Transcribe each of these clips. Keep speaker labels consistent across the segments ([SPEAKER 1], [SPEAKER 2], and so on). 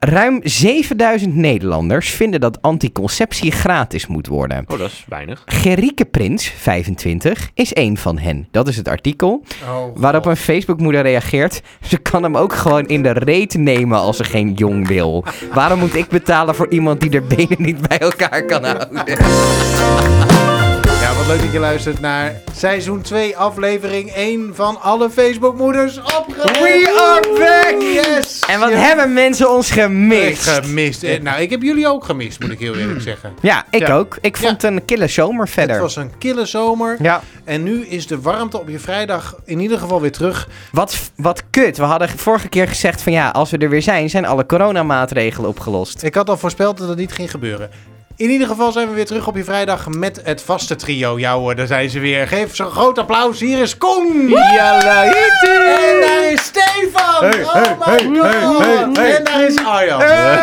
[SPEAKER 1] Ruim 7000 Nederlanders vinden dat anticonceptie gratis moet worden.
[SPEAKER 2] Oh, dat is weinig.
[SPEAKER 1] Gerike Prins, 25, is één van hen. Dat is het artikel.
[SPEAKER 3] Oh,
[SPEAKER 1] Waarop een Facebookmoeder reageert. Ze kan hem ook gewoon in de reet nemen als ze geen jong wil. Waarom moet ik betalen voor iemand die de benen niet bij elkaar kan houden?
[SPEAKER 3] Ja, wat leuk dat je luistert naar seizoen 2, aflevering 1 van alle Facebookmoeders opgelegd.
[SPEAKER 1] We are back!
[SPEAKER 3] Yes!
[SPEAKER 1] En wat hebben mensen ons gemist?
[SPEAKER 3] Nou, ik heb jullie ook gemist, moet ik heel eerlijk zeggen.
[SPEAKER 1] Ja, ik
[SPEAKER 2] Ja.
[SPEAKER 1] ook. Ik vond het een kille zomer verder.
[SPEAKER 3] Het was een kille zomer.
[SPEAKER 1] Ja.
[SPEAKER 3] En nu is de warmte op je vrijdag in ieder geval weer terug.
[SPEAKER 1] Wat kut. We hadden vorige keer gezegd van ja, als we er weer zijn alle coronamaatregelen opgelost.
[SPEAKER 3] Ik had al voorspeld dat het niet ging gebeuren. In ieder geval zijn we weer terug op je vrijdag met het vaste trio. Ja hoor, daar zijn ze weer. Geef ze een groot applaus. Hier is Koen.
[SPEAKER 1] Jalla,
[SPEAKER 3] En daar is Stefan.
[SPEAKER 1] Hey,
[SPEAKER 3] oh
[SPEAKER 1] hey,
[SPEAKER 3] my
[SPEAKER 1] hey,
[SPEAKER 3] god.
[SPEAKER 1] hey, hey.
[SPEAKER 3] En daar is Arjan.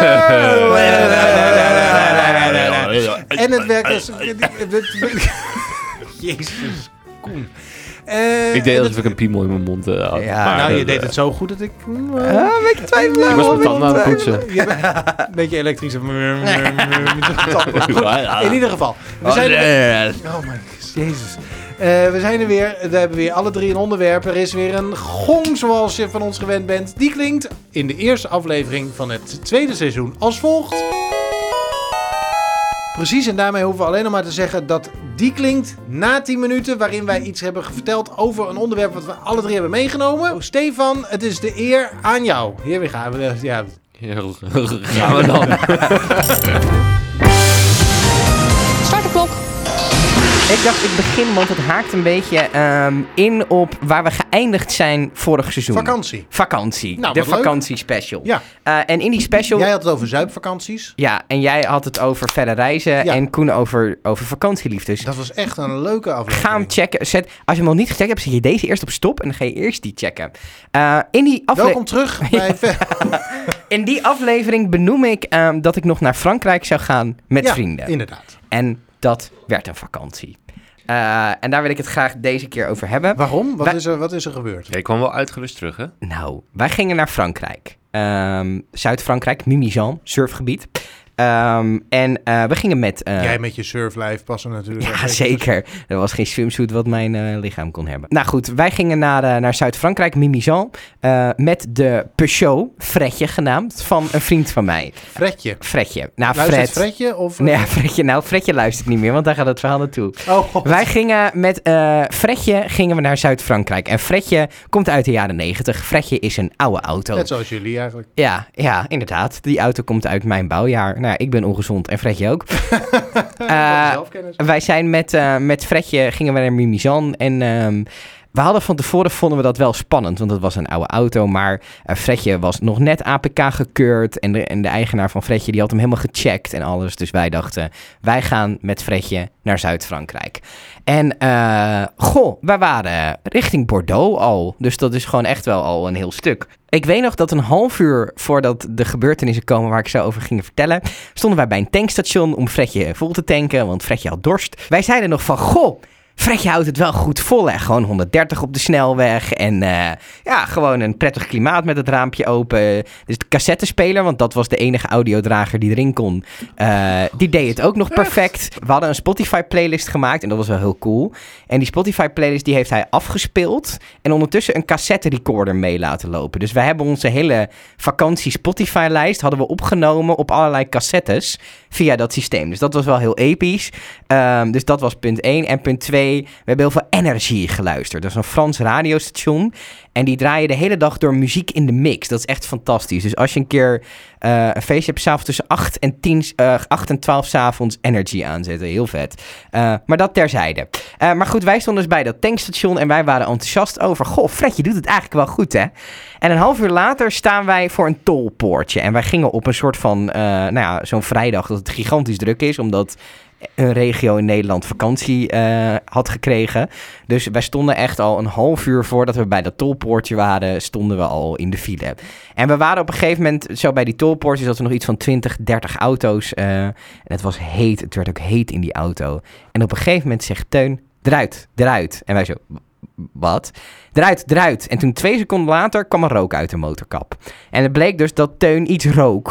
[SPEAKER 3] En het werkt als... Jezus, Koen.
[SPEAKER 2] Ik deed alsof ik een piemel in mijn mond had.
[SPEAKER 1] Ja,
[SPEAKER 2] maar,
[SPEAKER 3] Nou, je deed het zo goed dat ik...
[SPEAKER 1] een beetje twijfelen.
[SPEAKER 2] Ik was mijn tanden aan het poetsen.
[SPEAKER 3] Een beetje elektrische... In ieder geval. We zijn er... Oh my jezus. We zijn er weer. We hebben weer alle 3 een onderwerp. Er is weer een gong zoals je van ons gewend bent. Die klinkt in de eerste aflevering van het tweede seizoen als volgt. Precies, en daarmee hoeven we alleen nog maar te zeggen dat die klinkt na 10 minuten... waarin wij iets hebben verteld over een onderwerp wat we alle 3 hebben meegenomen. Oh, Stefan, het is de eer aan jou. Hier weer gaan we. Ja.
[SPEAKER 2] Gaan we dan.
[SPEAKER 4] Start de klok.
[SPEAKER 1] Ik dacht, ik begin, want het haakt een beetje in op waar we geëindigd zijn vorig seizoen. Vakantie.
[SPEAKER 3] Nou,
[SPEAKER 1] de
[SPEAKER 3] wat leuk.
[SPEAKER 1] vakantiespecial.
[SPEAKER 3] Ja.
[SPEAKER 1] En in die special...
[SPEAKER 3] Jij had het over zuipvakanties.
[SPEAKER 1] Ja, en jij had het over verder reizen
[SPEAKER 3] Ja.
[SPEAKER 1] en Koen over vakantieliefdes.
[SPEAKER 3] Dat was echt een leuke aflevering.
[SPEAKER 1] Ga hem checken. Als je hem nog niet gecheckt hebt, zet je deze eerst op stop en dan ga je eerst die checken.
[SPEAKER 3] Welkom terug bij...
[SPEAKER 1] In die aflevering benoem ik dat ik nog naar Frankrijk zou gaan met vrienden.
[SPEAKER 3] Inderdaad.
[SPEAKER 1] En dat werd een vakantie. En daar wil ik het graag deze keer over hebben.
[SPEAKER 3] Waarom? Wat is er gebeurd?
[SPEAKER 2] Ja, ik kwam wel uitgerust terug, hè?
[SPEAKER 1] Nou, wij gingen naar Frankrijk. Zuid-Frankrijk, Mimizan, surfgebied. En we gingen met...
[SPEAKER 3] Jij met je surflijf passen natuurlijk.
[SPEAKER 1] Ja, zeker. Er was geen swimsuit wat mijn lichaam kon hebben. Nou goed, wij gingen naar Zuid-Frankrijk, Mimizan. Met de Peugeot, Fredje genaamd, van een vriend van mij. Fredje. Nou,
[SPEAKER 3] luistert Fredje? Of...
[SPEAKER 1] Nee, Fredje. Nou, Fredje luistert niet meer, want daar gaat het verhaal naartoe.
[SPEAKER 3] Oh, God.
[SPEAKER 1] Wij gingen met Fredje naar Zuid-Frankrijk. En Fredje komt uit de jaren 90. Fredje is een oude auto.
[SPEAKER 3] Net zoals jullie eigenlijk.
[SPEAKER 1] Ja, inderdaad. Die auto komt uit mijn bouwjaar. Nou, ik ben ongezond en Fredje ook. Wij zijn met Fredje, gingen we naar Mimizan en we hadden van tevoren, vonden we dat wel spannend, want het was een oude auto, maar Fredje was nog net APK gekeurd en de eigenaar van Fredje, die had hem helemaal gecheckt en alles. Dus wij dachten, wij gaan met Fredje naar Zuid-Frankrijk. En wij waren richting Bordeaux al, dus dat is gewoon echt wel al een heel stuk. Ik weet nog dat een half uur voordat de gebeurtenissen komen waar ik zo over ging vertellen, stonden wij bij een tankstation om Fredje vol te tanken, want Fredje had dorst. Wij zeiden nog van, Fredje houdt het wel goed vol, hè. Gewoon 130 op de snelweg en gewoon een prettig klimaat met het raampje open. Dus de cassettespeler, want dat was de enige audiodrager die erin kon, die deed het ook nog perfect. We hadden een Spotify-playlist gemaakt en dat was wel heel cool. En die Spotify-playlist die heeft hij afgespeeld en ondertussen een cassette-recorder mee laten lopen. Dus wij hebben onze hele vakantie-Spotify-lijst hadden we opgenomen op allerlei cassettes via dat systeem. Dus dat was wel heel episch. Dus dat was punt 1. En punt 2, we hebben heel veel Energy geluisterd. Dat is een Frans radiostation. En die draaien de hele dag door muziek in de mix. Dat is echt fantastisch. Dus als je een keer een feestje hebt, 's avonds tussen 8 en 12 's avonds Energy aanzetten. Heel vet. Maar dat terzijde. Maar goed, wij stonden dus bij dat tankstation en wij waren enthousiast over. Fred, je doet het eigenlijk wel goed, hè? En een half uur later staan wij voor een tolpoortje. En wij gingen op een soort van, zo'n vrijdag dat het gigantisch druk is, omdat een regio in Nederland vakantie had gekregen. Dus wij stonden echt al een half uur voordat we bij dat tolpoortje waren, stonden we al in de file. En we waren op een gegeven moment zo bij die tolpoortjes dat we nog iets van 20, 30 auto's. En het was heet. Het werd ook heet in die auto. En op een gegeven moment zegt Teun, eruit. En wij zo, wat? Eruit. En toen 2 seconden later kwam er rook uit de motorkap. En het bleek dus dat Teun iets rook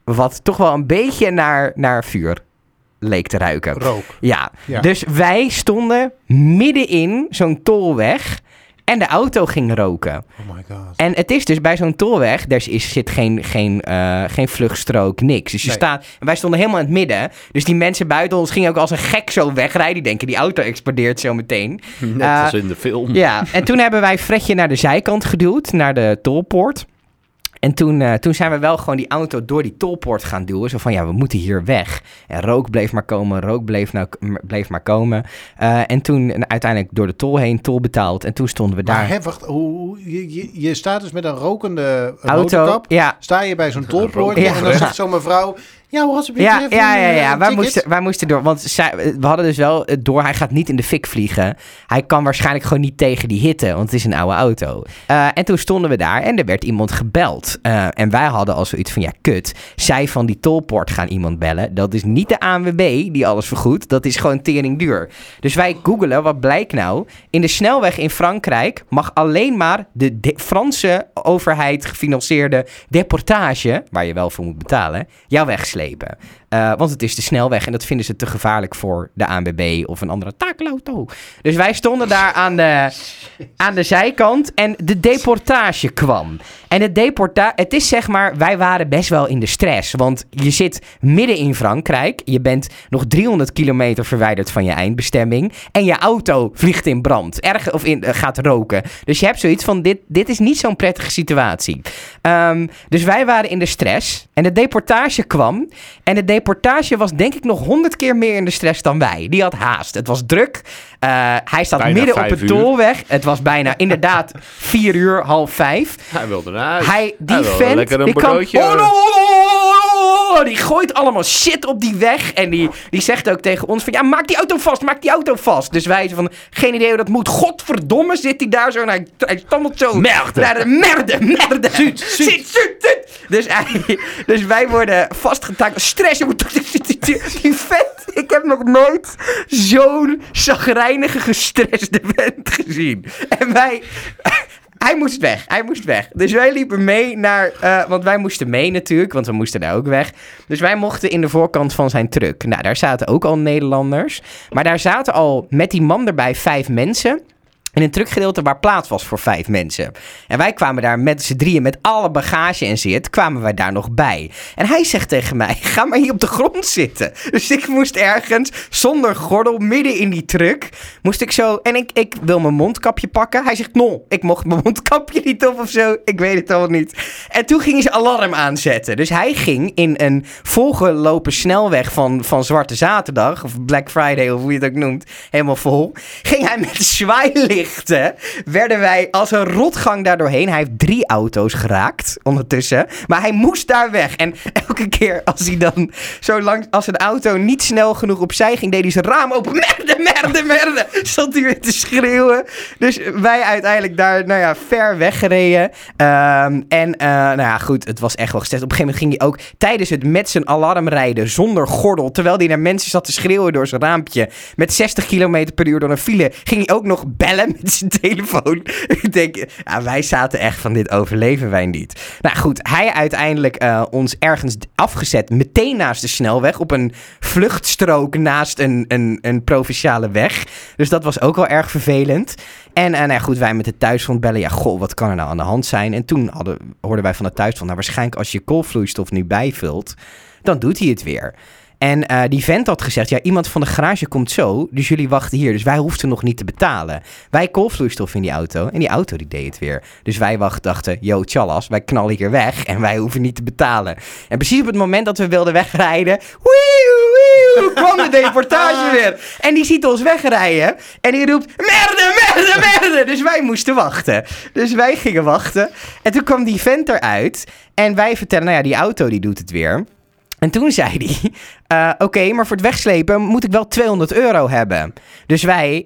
[SPEAKER 1] wat toch wel een beetje naar vuur leek te ruiken.
[SPEAKER 3] Rook.
[SPEAKER 1] Ja,
[SPEAKER 3] Ja.
[SPEAKER 1] dus wij stonden midden in zo'n tolweg en de auto ging roken.
[SPEAKER 3] Oh my god.
[SPEAKER 1] En het is dus bij zo'n tolweg, zit geen vluchtstrook, niks. Dus
[SPEAKER 3] Nee.
[SPEAKER 1] wij stonden helemaal in het midden. Dus die mensen buiten ons gingen ook als een gek zo wegrijden. Die denken, die auto explodeert zo meteen.
[SPEAKER 2] Net als in de film.
[SPEAKER 1] Ja, en toen hebben wij Fredje naar de zijkant geduwd, naar de tolpoort. En toen zijn we wel gewoon die auto door die tolpoort gaan duwen. Zo van, ja, we moeten hier weg. En rook bleef maar komen, bleef maar komen. En toen uiteindelijk door de tol heen, tol betaald. En toen stonden we daar.
[SPEAKER 3] Maar wacht, je staat dus met een rokende motorkap.
[SPEAKER 1] Ja.
[SPEAKER 3] Sta je bij zo'n tolpoort
[SPEAKER 1] Ja.
[SPEAKER 3] en dan zegt zo'n mevrouw... Ja, hoe alsjeblieft even
[SPEAKER 1] Ja.
[SPEAKER 3] een ticket?
[SPEAKER 1] Wij moesten door. Want we hadden dus wel door. Hij gaat niet in de fik vliegen. Hij kan waarschijnlijk gewoon niet tegen die hitte. Want het is een oude auto. En toen stonden we daar en er werd iemand gebeld. En wij hadden al zoiets van, ja, kut. Zij van die tolpoort gaan iemand bellen. Dat is niet de ANWB die alles vergoedt. Dat is gewoon tering duur. Dus wij googelen, wat blijkt nou? In de snelweg in Frankrijk mag alleen maar de Franse overheid gefinancierde deportage, waar je wel voor moet betalen, jou wegslepen. Want het is de snelweg en dat vinden ze te gevaarlijk voor de ANWB of een andere takelauto. Dus wij stonden daar aan de zijkant en de deportage kwam. En het is zeg maar, wij waren best wel in de stress. Want je zit midden in Frankrijk. Je bent nog 300 kilometer verwijderd van je eindbestemming. En je auto vliegt in brand. Gaat roken. Dus je hebt zoiets van, dit is niet zo'n prettige situatie. Dus wij waren in de stress. En de deportage kwam. En de deportage was denk ik nog 100 keer meer in de stress dan wij. Die had haast. Het was druk. Hij staat
[SPEAKER 2] Bijna
[SPEAKER 1] midden op
[SPEAKER 2] 5
[SPEAKER 1] een
[SPEAKER 2] uur.
[SPEAKER 1] tolweg. Het was bijna inderdaad 4 uur, 4:30.
[SPEAKER 2] Hij wilde naar huis.
[SPEAKER 1] Die
[SPEAKER 2] Hij wilde
[SPEAKER 1] vent,
[SPEAKER 2] lekker een
[SPEAKER 1] die kan...
[SPEAKER 2] broodje.
[SPEAKER 1] Die gooit allemaal shit op die weg. En die zegt ook tegen ons van, ja, maak die auto vast. Dus wij van, geen idee hoe dat moet. Godverdomme zit hij daar zo en hij stammelt zo.
[SPEAKER 2] Merde.
[SPEAKER 1] Naar de merde. Zut. Dus wij worden vastgetakeld. Stress. Die vent, ik heb nog nooit zo'n chagrijnige gestreste vent gezien. En hij moest weg. Dus wij liepen mee naar... want wij moesten mee natuurlijk, want we moesten daar ook weg. Dus wij mochten in de voorkant van zijn truck. Nou, daar zaten ook al Nederlanders. Maar daar zaten al met die man erbij 5 mensen... in een truckgedeelte waar plaats was voor 5 mensen. En wij kwamen daar met z'n drieën met alle bagage en zit, kwamen wij daar nog bij. En hij zegt tegen mij, ga maar hier op de grond zitten. Dus ik moest ergens, zonder gordel, midden in die truck, moest ik zo... En ik wil mijn mondkapje pakken. Hij zegt, no, ik mocht mijn mondkapje niet op of zo. Ik weet het allemaal niet. En toen ging hij zijn alarm aanzetten. Dus hij ging in een volgelopen snelweg van Zwarte Zaterdag, of Black Friday, of hoe je het ook noemt, helemaal vol. Ging hij met zwaailichten, werden wij als een rotgang daardoorheen. Hij heeft 3 auto's geraakt ondertussen. Maar hij moest daar weg. En elke keer als hij dan zo langs, als een auto niet snel genoeg opzij ging, deed hij zijn raam open. Merde. Stond hij weer te schreeuwen. Dus wij uiteindelijk daar, ver weggereden. Goed, het was echt wel gestrest. Op een gegeven moment ging hij ook tijdens het met zijn alarm rijden zonder gordel, terwijl hij naar mensen zat te schreeuwen door zijn raampje, met 60 km per uur door een file, ging hij ook nog bellen met zijn telefoon. Ik denk, wij zaten echt van, dit overleven wij niet. Nou goed, hij uiteindelijk ons ergens afgezet, meteen naast de snelweg, op een vluchtstrook naast een provinciale weg. Dus dat was ook wel erg vervelend. En goed, wij met de thuisfront bellen. Ja, goh, wat kan er nou aan de hand zijn? En toen hoorden wij van de thuisfront, nou waarschijnlijk als je koolvloeistof nu bijvult, dan doet hij het weer. En die vent had gezegd, ja, iemand van de garage komt zo, dus jullie wachten hier. Dus wij hoefden nog niet te betalen. Wij koolvloeistof in die auto en die auto die deed het weer. Dus wij dachten, yo, tjallas, wij knallen hier weg en wij hoeven niet te betalen. En precies op het moment dat we wilden wegrijden, kwam de deportage weer. En die ziet ons wegrijden en die roept, merde. Dus wij moesten wachten. Dus wij gingen wachten. En toen kwam die vent eruit en wij vertellen, nou ja, die auto die doet het weer. En toen zei hij, oké, maar voor het wegslepen moet ik wel €200 hebben. Dus wij,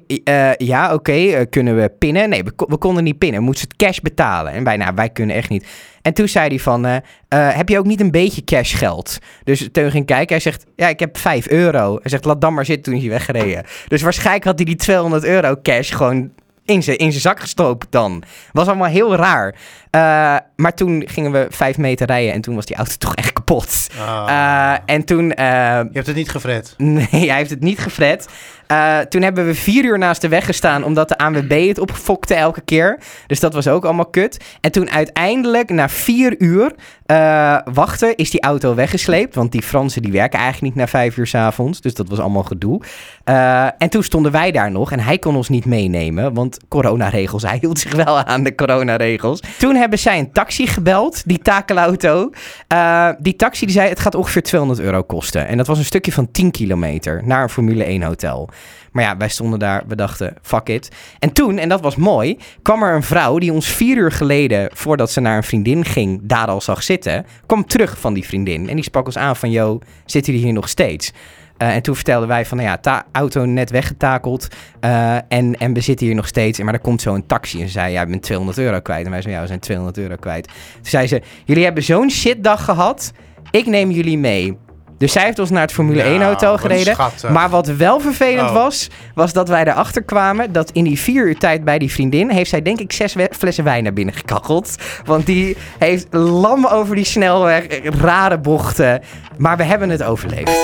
[SPEAKER 1] kunnen we pinnen? Nee, we konden niet pinnen. We moesten het cash betalen. En wij kunnen echt niet. En toen zei hij van, heb je ook niet een beetje cashgeld? Dus Teun ging kijken. Hij zegt, ja, ik heb €5. Hij zegt, laat dan maar zitten, toen is hij weggereden. Dus waarschijnlijk had hij die €200 cash gewoon in zijn zak gestopt dan. Was allemaal heel raar. Maar toen gingen we 5 meter rijden en toen was die auto toch echt kapot. En toen...
[SPEAKER 3] Je hebt het niet gefret.
[SPEAKER 1] Nee, hij heeft het niet gefret. Toen hebben we 4 uur naast de weg gestaan, omdat de ANWB het opfokte elke keer. Dus dat was ook allemaal kut. En toen uiteindelijk, na 4 uur wachten, is die auto weggesleept. Want die Fransen die werken eigenlijk niet na 5 uur 's avonds. Dus dat was allemaal gedoe. En toen stonden wij daar nog en hij kon ons niet meenemen. Want coronaregels, hij hield zich wel aan de coronaregels. Toen hebben zij een taxi gebeld, die takelauto. Die taxi die zei, het gaat ongeveer €200 kosten. En dat was een stukje van 10 kilometer naar een Formule 1 hotel. Maar ja, wij stonden daar, we dachten, fuck it. En toen, en dat was mooi, kwam er een vrouw die ons 4 uur geleden, voordat ze naar een vriendin ging, daar al zag zitten, kwam terug van die vriendin. En die sprak ons aan van, yo, zitten jullie hier nog steeds? En toen vertelden wij van, nou ja, auto net weggetakeld en we zitten hier nog steeds. Maar er komt zo een taxi en ze zei, ja, je bent €200 kwijt. En wij zeiden, ja, we zijn €200 kwijt. Toen zei ze, jullie hebben zo'n shitdag gehad, ik neem jullie mee. Dus zij heeft ons naar het Formule 1 hotel gereden.
[SPEAKER 3] Schattig.
[SPEAKER 1] Maar wat wel vervelend was dat wij erachter kwamen dat in die 4 uur tijd bij die vriendin heeft zij denk ik 6 flessen wijn naar binnen gekacheld. Want die heeft lam over die snelweg, rare bochten. Maar we hebben het overleefd.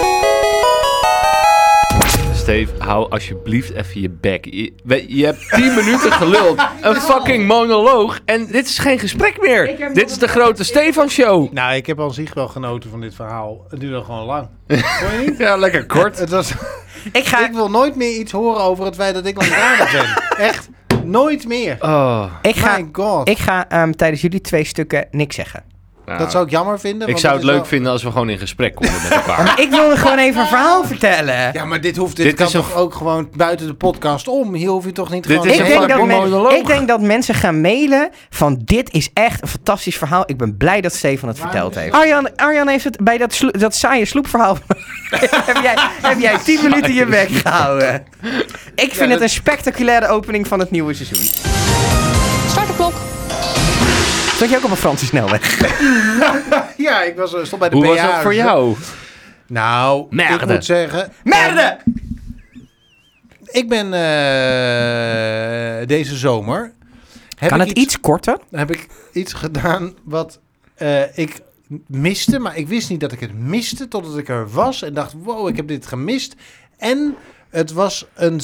[SPEAKER 2] Steve, hou alsjeblieft even je bek. Je hebt 10 minuten geluld. Een fucking monoloog. En dit is geen gesprek meer. Dit is de grote Stefan-show.
[SPEAKER 3] Nou, ik heb aan zich wel genoten van dit verhaal. Het duurde gewoon lang. Hoor je niet?
[SPEAKER 2] Ja, lekker kort.
[SPEAKER 3] Het was...
[SPEAKER 1] Ik
[SPEAKER 3] wil nooit meer iets horen over het feit dat ik langdradig ben. Echt, nooit meer.
[SPEAKER 2] Oh.
[SPEAKER 3] My god.
[SPEAKER 1] Ik ga tijdens jullie 2 stukken niks zeggen.
[SPEAKER 2] Nou,
[SPEAKER 3] dat zou ik jammer vinden.
[SPEAKER 2] Ik zou het leuk vinden als we gewoon in gesprek konden met elkaar.
[SPEAKER 1] Maar ik wilde gewoon even een verhaal vertellen.
[SPEAKER 3] Ja, maar dit kan toch ook gewoon buiten de podcast om? Hier hoef je toch niet gewoon...
[SPEAKER 1] Ik denk dat mensen gaan mailen van dit is echt een fantastisch verhaal. Ik ben blij dat Stefan het verteld heeft. Arjan heeft het bij dat saaie sloepverhaal... heb jij 10 minuten je weg gehouden. Ik vind het een spectaculaire opening van het nieuwe seizoen.
[SPEAKER 4] Start de klok.
[SPEAKER 1] Stond je ook op een Franse snelweg?
[SPEAKER 3] Ja, ik stond bij de
[SPEAKER 2] Hoe
[SPEAKER 3] peage.
[SPEAKER 2] was dat voor jou?
[SPEAKER 3] Nou,
[SPEAKER 2] Merde.
[SPEAKER 3] ik moet zeggen...
[SPEAKER 1] Merde!
[SPEAKER 3] Ik ben deze zomer...
[SPEAKER 1] Kan het iets korter?
[SPEAKER 3] Heb ik iets gedaan wat ik miste, maar ik wist niet dat ik het miste totdat ik er was en dacht, wow, ik heb dit gemist. En het was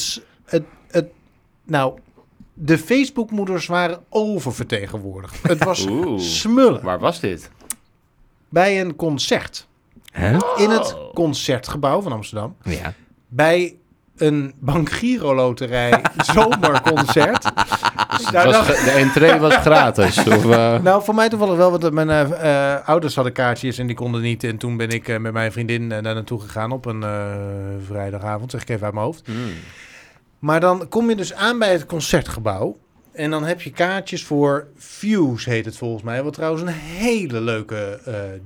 [SPEAKER 3] de Facebookmoeders waren oververtegenwoordigd. Het was smullen.
[SPEAKER 2] Waar was dit?
[SPEAKER 3] Bij een concert.
[SPEAKER 1] Huh?
[SPEAKER 3] In het Concertgebouw van Amsterdam.
[SPEAKER 1] Ja.
[SPEAKER 3] Bij een Bank Giro Loterij zomerconcert.
[SPEAKER 2] De entree was gratis. Of,
[SPEAKER 3] Nou, voor mij toevallig wel, want mijn ouders hadden kaartjes en die konden niet. En toen ben ik met mijn vriendin daar naartoe gegaan op een vrijdagavond, zeg ik even uit mijn hoofd. Maar dan kom je dus aan bij het Concertgebouw. En dan heb je kaartjes voor Fuse, heet het volgens mij. Wat trouwens een hele leuke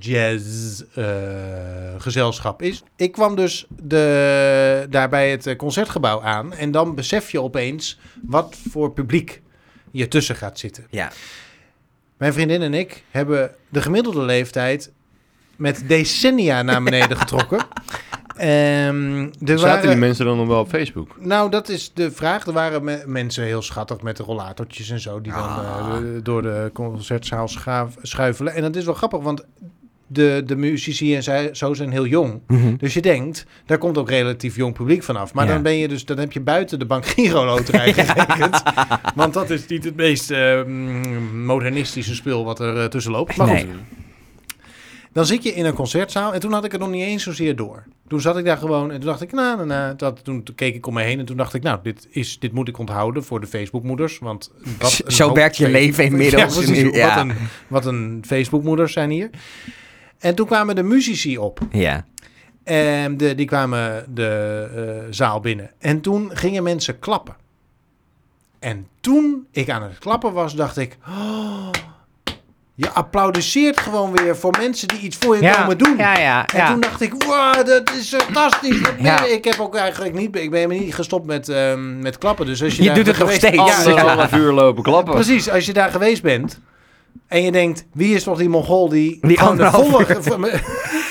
[SPEAKER 3] jazzgezelschap is. Ik kwam dus daar bij het Concertgebouw aan. En dan besef je opeens wat voor publiek je tussen gaat zitten.
[SPEAKER 1] Ja.
[SPEAKER 3] Mijn vriendin en ik hebben de gemiddelde leeftijd met decennia naar beneden getrokken.
[SPEAKER 2] Zaten die mensen dan nog wel op Facebook?
[SPEAKER 3] Nou, dat is de vraag. Er waren mensen heel schattig met de rollatortjes en zo... die dan door de concertzaal schuifelen. En dat is wel grappig, want de muzici en zo zijn heel jong.
[SPEAKER 1] Mm-hmm.
[SPEAKER 3] Dus je denkt, daar komt ook relatief jong publiek vanaf. Maar dan heb je buiten de Bank Giro Loterij gerekend. Want dat is niet het meest modernistische spul wat er tussen loopt. Maar goed. Dan zit je in een concertzaal en toen had ik het nog niet eens zozeer door. Toen zat ik daar gewoon en toen dacht ik, toen keek ik om me heen en toen dacht ik, nou, dit moet ik onthouden voor de Facebookmoeders. Want
[SPEAKER 1] zo werkt je leven inmiddels.
[SPEAKER 3] Ja, precies, wat een Facebookmoeders zijn hier. En toen kwamen de muzici op.
[SPEAKER 1] Ja.
[SPEAKER 3] En die kwamen de zaal binnen. En toen gingen mensen klappen. En toen ik aan het klappen was, dacht ik... Je applaudisseert gewoon weer voor mensen die iets voor je komen doen.
[SPEAKER 1] Ja.
[SPEAKER 3] En toen dacht ik, wow, dat is fantastisch. Ik heb ook eigenlijk ik ben niet gestopt met klappen. Dus als je
[SPEAKER 1] doet het nog steeds.
[SPEAKER 2] 1,5 uur lopen klappen.
[SPEAKER 3] Precies, als je daar geweest bent en je denkt, wie is toch die Mongool die gewoon de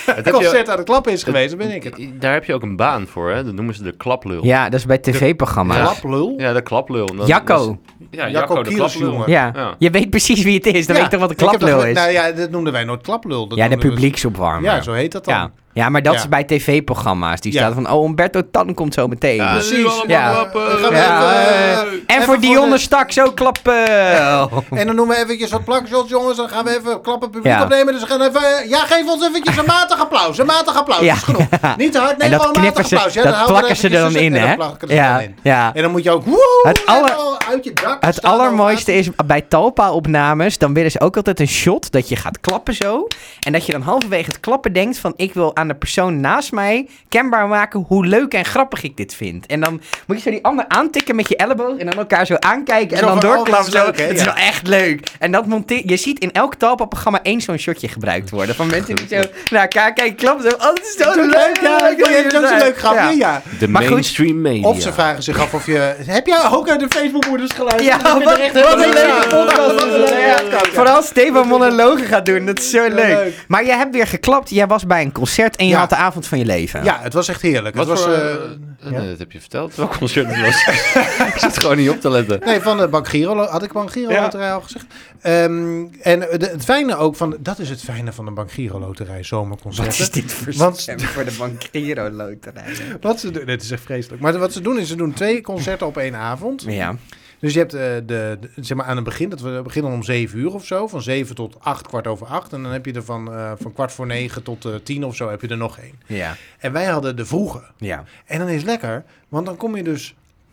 [SPEAKER 3] concert aan het klappen is geweest, dan ben ik het.
[SPEAKER 2] Daar heb je ook een baan voor, hè? Dat noemen ze de klaplul.
[SPEAKER 1] Ja, dat is bij tv-programma's.
[SPEAKER 3] Klaplul?
[SPEAKER 2] Ja, de klaplul.
[SPEAKER 1] Jacco.
[SPEAKER 3] Jacco
[SPEAKER 2] de
[SPEAKER 3] Kiels,
[SPEAKER 2] klaplul.
[SPEAKER 3] jongen.
[SPEAKER 1] Ja.
[SPEAKER 2] Ja.
[SPEAKER 1] Je weet precies wie het is. Dan weet je toch wat een
[SPEAKER 3] ik heb
[SPEAKER 1] klaplul is?
[SPEAKER 3] Nou ja, dat noemden wij nooit klaplul. Dat
[SPEAKER 1] Ja, de
[SPEAKER 3] noemden we-
[SPEAKER 1] publieksopwarmer.
[SPEAKER 3] Ja, zo heet dat dan.
[SPEAKER 1] Ja. Ja, maar dat
[SPEAKER 3] Ja.
[SPEAKER 1] is bij tv-programma's. Die
[SPEAKER 3] Ja.
[SPEAKER 1] staat van, Umberto Tan komt zo meteen.
[SPEAKER 2] Ja,
[SPEAKER 1] Dus-
[SPEAKER 2] nu allemaal
[SPEAKER 1] Ja.
[SPEAKER 2] klappen.
[SPEAKER 3] Gaan we
[SPEAKER 1] Ja,
[SPEAKER 3] even,
[SPEAKER 1] en
[SPEAKER 3] even
[SPEAKER 1] voor Dionne
[SPEAKER 3] de-
[SPEAKER 1] Stak zo klappen.
[SPEAKER 3] En dan noemen we eventjes wat plakshots, jongens. Dan gaan we even klappen publiek
[SPEAKER 1] Ja.
[SPEAKER 3] opnemen. Dus we gaan even... Ja, geef ons eventjes een matig applaus. Een matig applaus,
[SPEAKER 1] Ja.
[SPEAKER 3] dat is genoeg. Niet te hard, nee,
[SPEAKER 1] En dat
[SPEAKER 3] gewoon een
[SPEAKER 1] knippen
[SPEAKER 3] matig
[SPEAKER 1] ze,
[SPEAKER 3] applaus. Ja,
[SPEAKER 1] dat
[SPEAKER 3] dan houden we
[SPEAKER 1] plakken ze er dan
[SPEAKER 3] eventjes
[SPEAKER 1] in,
[SPEAKER 3] tussen-
[SPEAKER 1] hè?
[SPEAKER 3] en dan plakken ze er
[SPEAKER 1] Ja,
[SPEAKER 3] dan in.
[SPEAKER 1] ja.
[SPEAKER 3] En dan moet je ook... Woe,
[SPEAKER 1] Het
[SPEAKER 3] uit je dak.
[SPEAKER 1] Het
[SPEAKER 3] staan
[SPEAKER 1] allermooiste is, bij Talpa-opnames, dan willen ze ook altijd een shot dat je gaat klappen zo. En dat je dan halverwege het klappen denkt van, ik wil aan de persoon naast mij kenbaar maken hoe leuk en grappig ik dit vind. En dan moet je zo die ander aantikken met je elleboog en dan elkaar zo aankijken en
[SPEAKER 3] Zo
[SPEAKER 1] dan
[SPEAKER 3] van, oh,
[SPEAKER 1] doorklappen.
[SPEAKER 3] dit is
[SPEAKER 1] Zo.
[SPEAKER 3] leuk, hè?
[SPEAKER 1] Het is
[SPEAKER 3] Ja.
[SPEAKER 1] wel echt leuk. En dat je ziet in elk Talpa-programma één zo'n shotje gebruikt worden. Van mensen die zo naar elkaar kijken, klappen zo. Oh, dat is zo leuk. Ja,
[SPEAKER 3] ik vind het ook zo leuk grapje, ja.
[SPEAKER 2] De
[SPEAKER 1] Maar goed,
[SPEAKER 2] mainstream media.
[SPEAKER 3] Of ze vragen zich af of je... Heb jij ook uit de Facebook-moeders geluisterd?
[SPEAKER 1] Ja,
[SPEAKER 3] Ik vind
[SPEAKER 1] wat
[SPEAKER 3] het echt
[SPEAKER 1] een
[SPEAKER 3] heel
[SPEAKER 1] leuke
[SPEAKER 3] leuk.
[SPEAKER 1] podcast.
[SPEAKER 3] Wat een leuke podcast, ja.
[SPEAKER 1] Vooral Stefan monologen gaat doen, dat is zo leuk.
[SPEAKER 3] leuk.
[SPEAKER 1] Maar jij hebt weer geklapt, jij was bij een concert en je
[SPEAKER 3] Ja.
[SPEAKER 1] had de avond van je leven.
[SPEAKER 3] Ja, het was echt heerlijk.
[SPEAKER 2] Wat
[SPEAKER 3] Het was,
[SPEAKER 2] voor... Nee, dat heb je verteld. Welk concert het was. Ik zit gewoon niet op te letten.
[SPEAKER 3] Nee, van de Bank Giro. Had ik Bank Giro Loterij al gezegd? En het fijne ook van... Dat is het fijne van de Bank Giro Loterij zomerconcerten.
[SPEAKER 1] Wat is dit voor
[SPEAKER 3] Want-
[SPEAKER 1] stem voor de Bank Giro Loterij?
[SPEAKER 3] Wat ze doen, dit is echt vreselijk. Maar wat ze doen is, ze doen 2 concerten op 1 avond.
[SPEAKER 1] Ja.
[SPEAKER 3] Dus je hebt zeg maar aan het begin, we beginnen om 7 uur of zo. Van 7 tot 8, 8:15. En dan heb je er van 8:45 tot 10 of zo heb je er nog 1.
[SPEAKER 1] Ja.
[SPEAKER 3] En wij hadden de vroege.
[SPEAKER 1] Ja.
[SPEAKER 3] En dan is het lekker, want dan kom je dus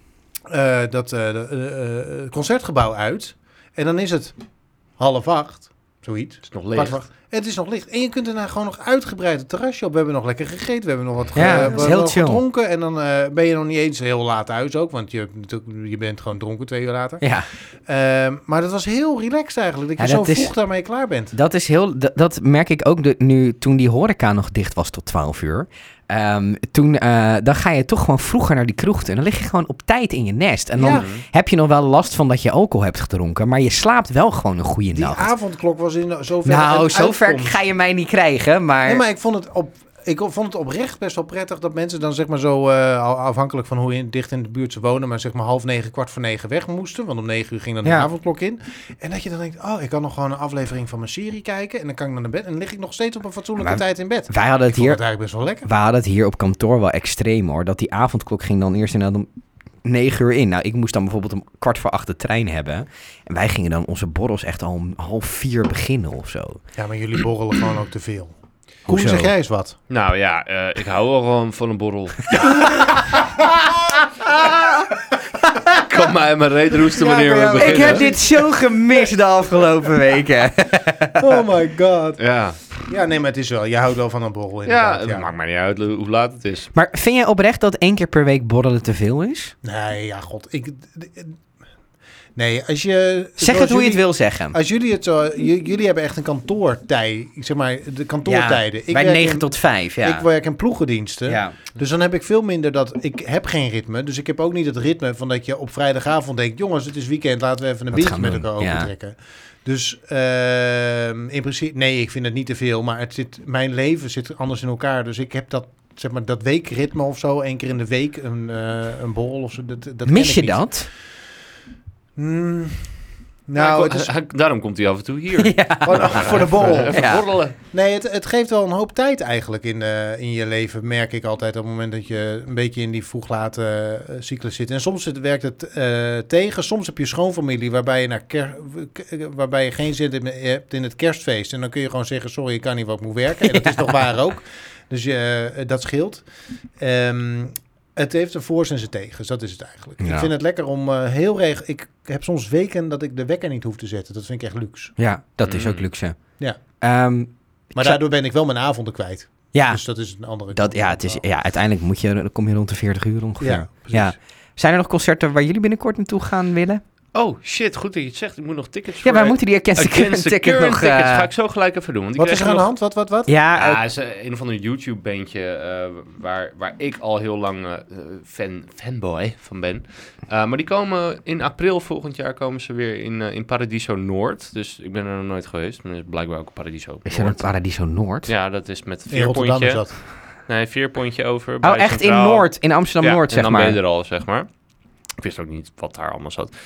[SPEAKER 3] dat concertgebouw uit. En dan is het 7:30, zoiets.
[SPEAKER 2] Het is nog licht.
[SPEAKER 3] 7:15. Het is nog licht. En je kunt daarna gewoon nog uitgebreid het terrasje op. We hebben nog lekker gegeten. We hebben nog wat
[SPEAKER 1] Ja,
[SPEAKER 3] we
[SPEAKER 1] dat is
[SPEAKER 3] hebben
[SPEAKER 1] heel
[SPEAKER 3] nog
[SPEAKER 1] chill.
[SPEAKER 3] gedronken. En dan ben je nog niet eens heel laat thuis ook. Want je bent gewoon dronken 2 uur later.
[SPEAKER 1] Ja.
[SPEAKER 3] Maar dat was heel relaxed eigenlijk. Dat je
[SPEAKER 1] Ja, dat
[SPEAKER 3] zo
[SPEAKER 1] is-
[SPEAKER 3] vroeg daarmee klaar bent.
[SPEAKER 1] Dat is heel, dat merk ik ook nu toen die horeca nog dicht was tot 12 uur. Dan ga je toch gewoon vroeger naar die kroeg toe. En dan lig je gewoon op tijd in je nest. En dan
[SPEAKER 3] Ja.
[SPEAKER 1] heb je nog wel last van dat je alcohol hebt gedronken. Maar je slaapt wel gewoon een goede
[SPEAKER 3] Die
[SPEAKER 1] nacht.
[SPEAKER 3] avondklok was in zover.
[SPEAKER 1] Nou,
[SPEAKER 3] een
[SPEAKER 1] zover
[SPEAKER 3] uitkomst.
[SPEAKER 1] ga je mij niet krijgen. Maar,
[SPEAKER 3] Nee, maar ik vond het oprecht best wel prettig dat mensen dan zeg maar zo, afhankelijk van hoe dicht in de buurt ze wonen, maar zeg maar 8:30, 8:45 weg moesten. Want om 9 uur ging dan de
[SPEAKER 1] Ja.
[SPEAKER 3] avondklok in. En dat je dan denkt, ik kan nog gewoon een aflevering van mijn serie kijken. En dan kan ik naar bed en dan lig ik nog steeds op een fatsoenlijke
[SPEAKER 1] Maar
[SPEAKER 3] tijd in bed.
[SPEAKER 1] wij hadden
[SPEAKER 3] Ik
[SPEAKER 1] het
[SPEAKER 3] vond
[SPEAKER 1] hier...
[SPEAKER 3] het eigenlijk best wel lekker.
[SPEAKER 1] We hadden het hier op kantoor wel extreem hoor. Dat die avondklok ging dan eerst inderdaad om 9 uur in. Nou, ik moest dan bijvoorbeeld om 7:15 de trein hebben. En wij gingen dan onze borrels echt al om 3:30 beginnen of zo.
[SPEAKER 3] Ja, maar jullie borrelen gewoon ook te veel. Koen,
[SPEAKER 1] Hoezo?
[SPEAKER 3] zeg jij eens wat?
[SPEAKER 2] Nou ja, ik hou wel gewoon van een borrel. Kan mij in mijn reet roesten wanneer we beginnen.
[SPEAKER 1] Ik heb dit zo gemist de afgelopen weken.
[SPEAKER 3] Oh my god.
[SPEAKER 2] Ja,
[SPEAKER 3] Ja, nee, maar het is wel. Je houdt wel van een borrel
[SPEAKER 2] ja,
[SPEAKER 3] inderdaad.
[SPEAKER 2] het maakt mij niet uit hoe laat het is.
[SPEAKER 1] Maar vind jij oprecht dat 1 keer per week borrelen te veel is?
[SPEAKER 3] Nee, ja, god. Nee, als je...
[SPEAKER 1] Zeg het hoe je het wil zeggen.
[SPEAKER 3] Als jullie het zo... Jullie hebben echt een kantoortij. Zeg maar, de kantoortijden.
[SPEAKER 1] Ja, bij
[SPEAKER 3] werk
[SPEAKER 1] 9
[SPEAKER 3] in-
[SPEAKER 1] tot 5, ja.
[SPEAKER 3] Ik werk in ploegendiensten.
[SPEAKER 1] Ja.
[SPEAKER 3] Dus dan heb ik veel minder dat... Ik heb geen ritme. Dus ik heb ook niet het ritme van dat je op vrijdagavond denkt... Jongens, het is weekend, laten we even een
[SPEAKER 1] Wat
[SPEAKER 3] biertje
[SPEAKER 1] gaan
[SPEAKER 3] met
[SPEAKER 1] we
[SPEAKER 3] elkaar
[SPEAKER 1] doen? Ja.
[SPEAKER 3] opentrekken. Dus in principe... Nee, ik vind het niet te veel. Maar mijn leven zit anders in elkaar. Dus ik heb dat... Zeg maar dat weekritme of zo, 1 keer in de week, een borrel of zo. Dat
[SPEAKER 1] Mis
[SPEAKER 3] ken
[SPEAKER 1] je
[SPEAKER 3] ik niet.
[SPEAKER 1] dat?
[SPEAKER 3] Nou, het is
[SPEAKER 2] Daarom komt hij af en toe hier.
[SPEAKER 3] gewoon voor de borrel.
[SPEAKER 2] Even
[SPEAKER 1] Ja.
[SPEAKER 2] borrelen.
[SPEAKER 3] Nee, het geeft wel een hoop tijd eigenlijk in je leven, merk ik altijd op het moment dat je een beetje in die vroeg-late cyclus zit. En soms werkt het tegen, soms heb je schoonfamilie waarbij je geen zin hebt in het kerstfeest. En dan kun je gewoon zeggen, sorry, ik kan niet wat ik moet werken. En dat is toch waar ook. Dus dat scheelt. Het heeft een voor's en zijn tegens, dat is het eigenlijk.
[SPEAKER 1] Ja.
[SPEAKER 3] Ik vind het lekker om Ik heb soms weken dat ik de wekker niet hoef te zetten. Dat vind ik echt luxe.
[SPEAKER 1] Ja, dat is ook luxe.
[SPEAKER 3] Ja.
[SPEAKER 1] Zou-
[SPEAKER 3] Maar daardoor ben ik wel mijn avonden kwijt.
[SPEAKER 1] Ja,
[SPEAKER 3] Dus dat is een andere
[SPEAKER 1] dat,
[SPEAKER 3] kant.
[SPEAKER 1] ja, het is, ja, uiteindelijk dan kom je rond de 40 uur ongeveer.
[SPEAKER 3] Ja, precies.
[SPEAKER 1] Zijn er nog concerten waar jullie binnenkort naartoe gaan willen?
[SPEAKER 2] Oh, shit. Goed dat je het zegt. Ik moet nog tickets
[SPEAKER 1] Ja, wij moeten die Against the
[SPEAKER 2] Against the
[SPEAKER 1] ticket
[SPEAKER 2] Current
[SPEAKER 1] nog...
[SPEAKER 2] tickets ga ik zo gelijk even doen. Want die
[SPEAKER 3] Wat is er
[SPEAKER 2] krijg
[SPEAKER 3] aan
[SPEAKER 2] je
[SPEAKER 3] de
[SPEAKER 2] nog-
[SPEAKER 3] hand? Wat?
[SPEAKER 1] Ja,
[SPEAKER 2] Ja, het is een of ander YouTube-bandje waar ik al heel lang fanboy van ben. Maar die komen in april volgend jaar komen ze weer in Paradiso Noord. Dus ik ben er nog nooit geweest. Maar er is blijkbaar ook Paradiso
[SPEAKER 1] is er een
[SPEAKER 2] Noord.
[SPEAKER 1] Paradiso Noord?
[SPEAKER 2] Ja, dat is met
[SPEAKER 3] In Rotterdam is
[SPEAKER 2] veerpontje.
[SPEAKER 3] dat.
[SPEAKER 2] Nee, veerpontje over.
[SPEAKER 1] Oh,
[SPEAKER 2] bij
[SPEAKER 1] echt in
[SPEAKER 2] Centraal.
[SPEAKER 1] Noord, in Amsterdam-Noord,
[SPEAKER 2] Ja,
[SPEAKER 1] zeg
[SPEAKER 2] en dan
[SPEAKER 1] maar.
[SPEAKER 2] ben je er al, zeg maar. Ik wist ook niet wat daar allemaal zat.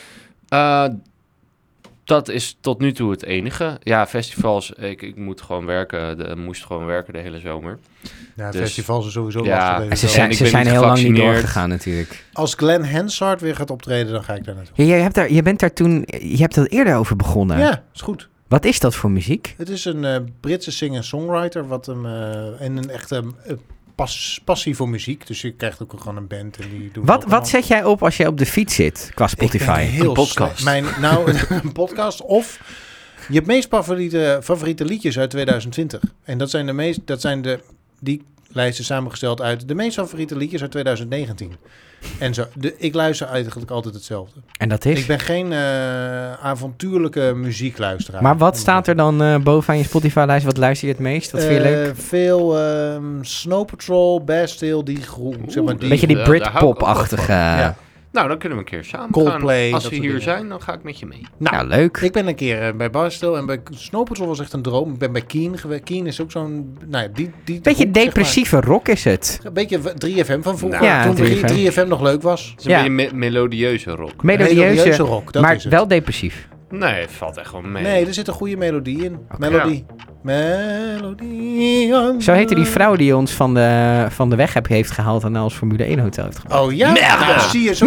[SPEAKER 2] Dat is tot nu toe het enige. Ja, festivals, ik moet gewoon werken. Moest gewoon werken de hele zomer.
[SPEAKER 3] Ja,
[SPEAKER 2] Dus-
[SPEAKER 3] festivals is sowieso
[SPEAKER 2] Ja,
[SPEAKER 3] lastig.
[SPEAKER 1] En
[SPEAKER 3] deze
[SPEAKER 1] ze
[SPEAKER 3] zomer.
[SPEAKER 1] zijn,
[SPEAKER 2] ik
[SPEAKER 1] ze
[SPEAKER 2] ben
[SPEAKER 1] zijn
[SPEAKER 2] niet
[SPEAKER 1] heel lang niet
[SPEAKER 2] gevaccineerd.
[SPEAKER 1] doorgegaan natuurlijk.
[SPEAKER 3] Als Glenn Hansard weer gaat optreden, dan ga ik daar naartoe.
[SPEAKER 1] Ja, je bent daar toen... Je hebt er eerder over begonnen.
[SPEAKER 3] Ja, is goed.
[SPEAKER 1] Wat is dat voor muziek?
[SPEAKER 3] Het is een Britse singer-songwriter en een echte passie voor muziek. Dus je krijgt ook gewoon een band en die doen
[SPEAKER 1] Wat zet jij op als jij op de fiets zit, qua Spotify?
[SPEAKER 3] Heel
[SPEAKER 2] Een podcast.
[SPEAKER 3] Een podcast of je meest favoriete liedjes uit 2020. En die lijst is samengesteld uit de meest favoriete liedjes uit 2019. En zo, ik luister eigenlijk altijd hetzelfde.
[SPEAKER 1] En dat is?
[SPEAKER 3] Ik ben geen avontuurlijke muziekluisteraar.
[SPEAKER 1] Maar wat staat er dan bovenaan je Spotify-lijst? Wat luister je het meest? Wat vind je leuk?
[SPEAKER 3] Veel Snow Patrol, Bastille, die groep. Zeg maar,
[SPEAKER 1] Beetje die
[SPEAKER 2] daar hou ik ook wel
[SPEAKER 1] Britpop-achtige...
[SPEAKER 2] van.
[SPEAKER 3] Ja.
[SPEAKER 2] Nou, dan kunnen we een keer samen
[SPEAKER 3] Coldplay,
[SPEAKER 2] gaan. Als
[SPEAKER 3] dat
[SPEAKER 2] we
[SPEAKER 3] soort
[SPEAKER 2] hier
[SPEAKER 3] dingen.
[SPEAKER 2] zijn, dan ga ik met je mee.
[SPEAKER 1] Nou, leuk.
[SPEAKER 3] Ik ben een keer bij Bastille en bij Snow Patrol was echt een droom. Ik ben bij Keen geweest. Keen is ook zo'n... Nou ja, die
[SPEAKER 1] Beetje
[SPEAKER 3] groep, zeg
[SPEAKER 1] depressieve rock is het.
[SPEAKER 3] maar. Een beetje 3FM van vroeger.
[SPEAKER 1] Ja,
[SPEAKER 3] toen
[SPEAKER 1] 3FM.
[SPEAKER 3] 3FM nog leuk was.
[SPEAKER 2] Het is
[SPEAKER 1] Ja.
[SPEAKER 2] een beetje melodieuze rock.
[SPEAKER 1] Melodieuze,
[SPEAKER 3] rock, dat
[SPEAKER 1] maar
[SPEAKER 3] is het.
[SPEAKER 1] wel depressief.
[SPEAKER 2] Nee, het valt echt gewoon mee.
[SPEAKER 3] Nee, er zit een goede melodie in. Melodie. Melodie.
[SPEAKER 1] Zo heette die vrouw die ons van de weg heeft gehaald en naar ons Formule 1 hotel heeft gebracht.
[SPEAKER 3] Oh ja?
[SPEAKER 2] Merde.
[SPEAKER 3] Nou, zie je zo.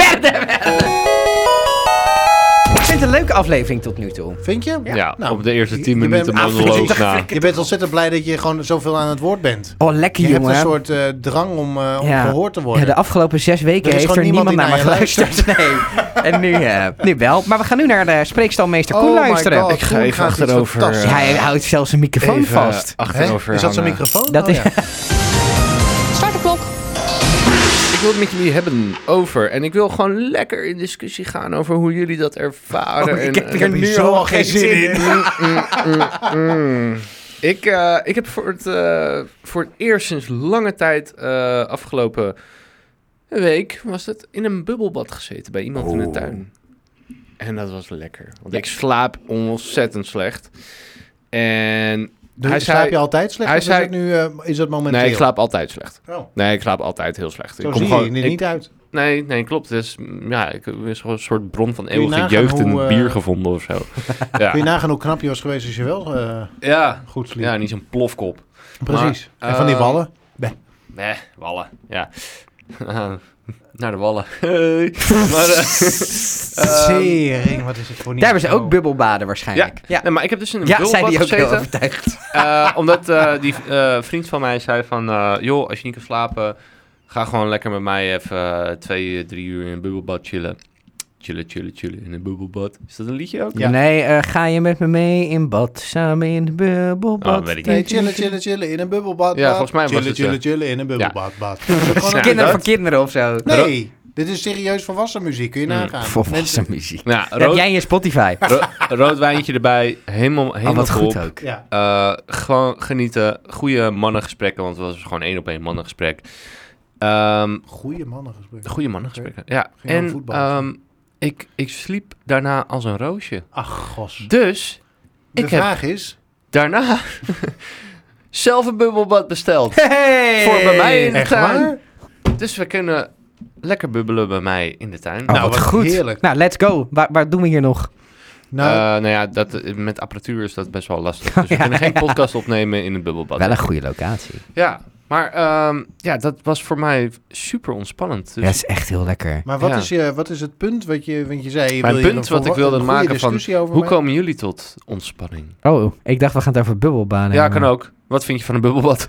[SPEAKER 1] Ik vind het een leuke aflevering tot nu toe.
[SPEAKER 3] Vind je?
[SPEAKER 2] Ja,
[SPEAKER 3] Nou,
[SPEAKER 2] op de eerste 10
[SPEAKER 3] je
[SPEAKER 2] minuten
[SPEAKER 3] bent-
[SPEAKER 2] monoloog na.
[SPEAKER 3] Je bent ontzettend blij dat je gewoon zoveel aan het woord bent.
[SPEAKER 1] Oh, lekker
[SPEAKER 3] Je hebt
[SPEAKER 1] jongen.
[SPEAKER 3] een soort drang om
[SPEAKER 1] Ja.
[SPEAKER 3] gehoord te
[SPEAKER 1] Ja,
[SPEAKER 3] worden.
[SPEAKER 1] de afgelopen 6 weken
[SPEAKER 3] Er is
[SPEAKER 1] heeft er
[SPEAKER 3] gewoon
[SPEAKER 1] niemand
[SPEAKER 3] niemand
[SPEAKER 1] naar me
[SPEAKER 3] die naar je
[SPEAKER 1] geluisterd. Nee. En nu wel. Maar we gaan nu naar de spreekstalmeester Koen
[SPEAKER 3] Oh my
[SPEAKER 1] luisteren.
[SPEAKER 3] God,
[SPEAKER 2] Ik ga
[SPEAKER 3] Koen
[SPEAKER 2] even
[SPEAKER 3] gaat iets
[SPEAKER 2] achterover,
[SPEAKER 3] fantastisch.
[SPEAKER 1] Ja, hij houdt zelfs zijn microfoon
[SPEAKER 2] Even
[SPEAKER 1] vast.
[SPEAKER 2] achterover
[SPEAKER 3] Is dat zijn
[SPEAKER 2] hangen.
[SPEAKER 3] microfoon?
[SPEAKER 1] Dat
[SPEAKER 3] Oh,
[SPEAKER 1] is-
[SPEAKER 3] ja.
[SPEAKER 4] Start de klok.
[SPEAKER 2] Ik wil het met jullie hebben over. En ik wil gewoon lekker in discussie gaan over hoe jullie dat ervaren.
[SPEAKER 1] Oh, ik
[SPEAKER 2] en,
[SPEAKER 1] heb er nu
[SPEAKER 3] zo
[SPEAKER 1] al geen zin in.
[SPEAKER 2] Ik heb voor het eerst sinds lange tijd, afgelopen week, was het in een bubbelbad gezeten bij iemand in de tuin. En dat was lekker. Want ik slaap ontzettend slecht. En hij
[SPEAKER 3] Slaap
[SPEAKER 2] zei...
[SPEAKER 3] je altijd slecht?
[SPEAKER 2] hij
[SPEAKER 3] Of
[SPEAKER 2] zei-
[SPEAKER 3] is het nu is het momenteel?
[SPEAKER 2] Nee, ik slaap altijd slecht.
[SPEAKER 3] Oh,
[SPEAKER 2] Nee, ik slaap altijd heel slecht.
[SPEAKER 3] zo
[SPEAKER 2] ik kom
[SPEAKER 3] zie
[SPEAKER 2] gewoon,
[SPEAKER 3] je er niet uit.
[SPEAKER 2] Nee, klopt. Het is, ik heb gewoon een soort bron van
[SPEAKER 3] je
[SPEAKER 2] eeuwige
[SPEAKER 3] nagaan
[SPEAKER 2] jeugd in
[SPEAKER 3] hoe,
[SPEAKER 2] bier gevonden of zo.
[SPEAKER 3] Kun je
[SPEAKER 2] Ja,
[SPEAKER 3] nagaan hoe knap je was geweest als je wel
[SPEAKER 2] ja.
[SPEAKER 3] goed sliep?
[SPEAKER 2] Ja, niet zo'n plofkop.
[SPEAKER 3] Precies.
[SPEAKER 2] Maar,
[SPEAKER 3] en van die ballen?
[SPEAKER 2] Nee, wallen. Ja. Naar de wallen. Hey. Maar,
[SPEAKER 3] Zering, wat is het voor niet?
[SPEAKER 1] Daar hebben ze ook bubbelbaden waarschijnlijk.
[SPEAKER 2] ja. Nee, maar ik heb dus in een
[SPEAKER 1] Ja, zei
[SPEAKER 2] bubbelbad
[SPEAKER 1] die ook heel
[SPEAKER 2] gezeten.
[SPEAKER 1] overtuigd.
[SPEAKER 2] Omdat die vriend van mij zei van... joh, als je niet kan slapen... Ga gewoon lekker met mij even 2-3 uur in een bubbelbad chillen. Chillen in een bubbelbad. Is dat een liedje ook?
[SPEAKER 3] Ja.
[SPEAKER 1] Nee, ga je met me mee in bad, samen in de bubbelbad.
[SPEAKER 2] Oh, weet ik
[SPEAKER 3] Nee, chillen in een bubbelbad.
[SPEAKER 2] Ja, volgens mij was
[SPEAKER 3] chillen,
[SPEAKER 2] het,
[SPEAKER 3] chillen in een bubbelbad.
[SPEAKER 2] Ja,
[SPEAKER 1] Kinderen
[SPEAKER 2] dat-
[SPEAKER 1] van kinderen of zo.
[SPEAKER 3] Nee, dit is serieus volwassen muziek. Kun je nagaan.
[SPEAKER 1] Volwassen muziek.
[SPEAKER 2] Ja,
[SPEAKER 1] Dat heb jij in je Spotify.
[SPEAKER 2] rood wijntje erbij. Helemaal
[SPEAKER 1] Oh, wat
[SPEAKER 2] top.
[SPEAKER 1] goed ook.
[SPEAKER 3] Ja.
[SPEAKER 2] Gewoon genieten. Goede mannengesprekken, want het was gewoon 1-op-1 mannengesprek.
[SPEAKER 3] Goeie mannengesprek.
[SPEAKER 2] Goede mannengesprekken, ja.
[SPEAKER 3] Ging over
[SPEAKER 2] En
[SPEAKER 3] voetbal.
[SPEAKER 2] ik sliep daarna als een roosje.
[SPEAKER 3] Ach, gos.
[SPEAKER 2] Dus
[SPEAKER 3] De
[SPEAKER 2] ik heb
[SPEAKER 3] vraag is...
[SPEAKER 2] daarna zelf een bubbelbad besteld.
[SPEAKER 1] Hey!
[SPEAKER 2] Voor bij mij in de
[SPEAKER 3] Echt
[SPEAKER 2] tuin.
[SPEAKER 3] waar?
[SPEAKER 2] Dus we kunnen lekker bubbelen bij mij in de tuin.
[SPEAKER 1] Oh,
[SPEAKER 3] Nou,
[SPEAKER 1] wat
[SPEAKER 3] wat
[SPEAKER 1] goed.
[SPEAKER 3] heerlijk.
[SPEAKER 1] Nou, let's go. Waar doen we hier nog?
[SPEAKER 3] Nou,
[SPEAKER 2] Nou ja, met apparatuur is dat best wel lastig. Dus we kunnen geen podcast opnemen in het bubbelbad.
[SPEAKER 1] Wel een goede locatie.
[SPEAKER 2] Ja, maar dat was voor mij super ontspannend. Dus
[SPEAKER 1] Ja, dat is echt heel lekker.
[SPEAKER 3] maar
[SPEAKER 2] ja.
[SPEAKER 3] wat is het punt wat je... Want je zei... Je
[SPEAKER 2] Mijn
[SPEAKER 3] wil hier
[SPEAKER 2] punt
[SPEAKER 3] een
[SPEAKER 2] wat ik wilde
[SPEAKER 3] een goede
[SPEAKER 2] maken van...
[SPEAKER 3] discussie over
[SPEAKER 2] Hoe
[SPEAKER 3] mij?
[SPEAKER 2] komen jullie tot ontspanning?
[SPEAKER 1] Oh, ik dacht we gaan het over bubbelbaden
[SPEAKER 2] Ja,
[SPEAKER 1] hebben.
[SPEAKER 2] kan ook. Wat vind je van een bubbelbad?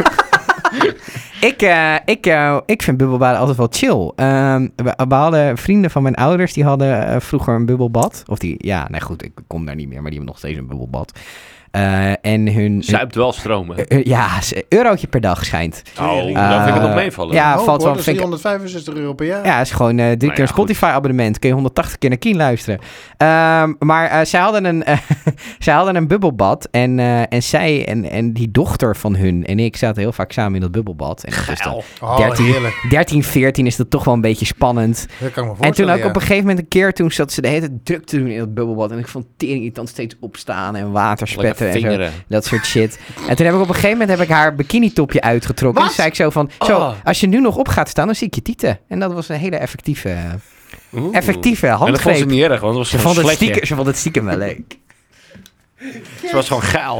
[SPEAKER 1] Ik vind bubbelbaden altijd wel chill. We hadden vrienden van mijn ouders, die hadden vroeger een bubbelbad. Of die, ja, nee goed, ik kom daar niet meer, maar die hebben nog steeds een bubbelbad. En hun...
[SPEAKER 2] Zuipt wel stromen.
[SPEAKER 1] ja, €1 per dag schijnt.
[SPEAKER 2] Dan vind ik het nog meevallen.
[SPEAKER 1] Ja, valt wel.
[SPEAKER 3] Dat is €365 per jaar.
[SPEAKER 1] Ja, is gewoon 3 keer een
[SPEAKER 2] goed.
[SPEAKER 1] Spotify-abonnement. Kun je 180 keer naar Kien luisteren. Maar zij hadden een bubbelbad. En zij en die dochter van hun en ik zaten heel vaak samen in dat bubbelbad. En dat is dan
[SPEAKER 3] Oh,
[SPEAKER 1] 13,
[SPEAKER 3] heerlijk.
[SPEAKER 1] 13, 14 is dat toch wel een beetje spannend.
[SPEAKER 3] Dat kan ik me
[SPEAKER 1] En
[SPEAKER 3] voorstellen,
[SPEAKER 1] toen ook op een gegeven moment een keer, toen zat ze de hele tijd druk te doen in dat bubbelbad. En ik vond tering irritant steeds opstaan en water spetten en zo.
[SPEAKER 2] vingeren.
[SPEAKER 1] Dat soort shit. En toen heb ik op een gegeven moment haar bikini-topje uitgetrokken.
[SPEAKER 3] Wat?
[SPEAKER 1] En toen zei ik zo van, als je nu nog op gaat staan, dan zie ik je tieten. En dat was een hele effectieve
[SPEAKER 2] Oeh.
[SPEAKER 1] handgreep.
[SPEAKER 2] En dat vond ze niet erg, want het was
[SPEAKER 1] Ze
[SPEAKER 2] gewoon
[SPEAKER 1] vond het stiekem wel leuk.
[SPEAKER 2] Ze was gewoon geil.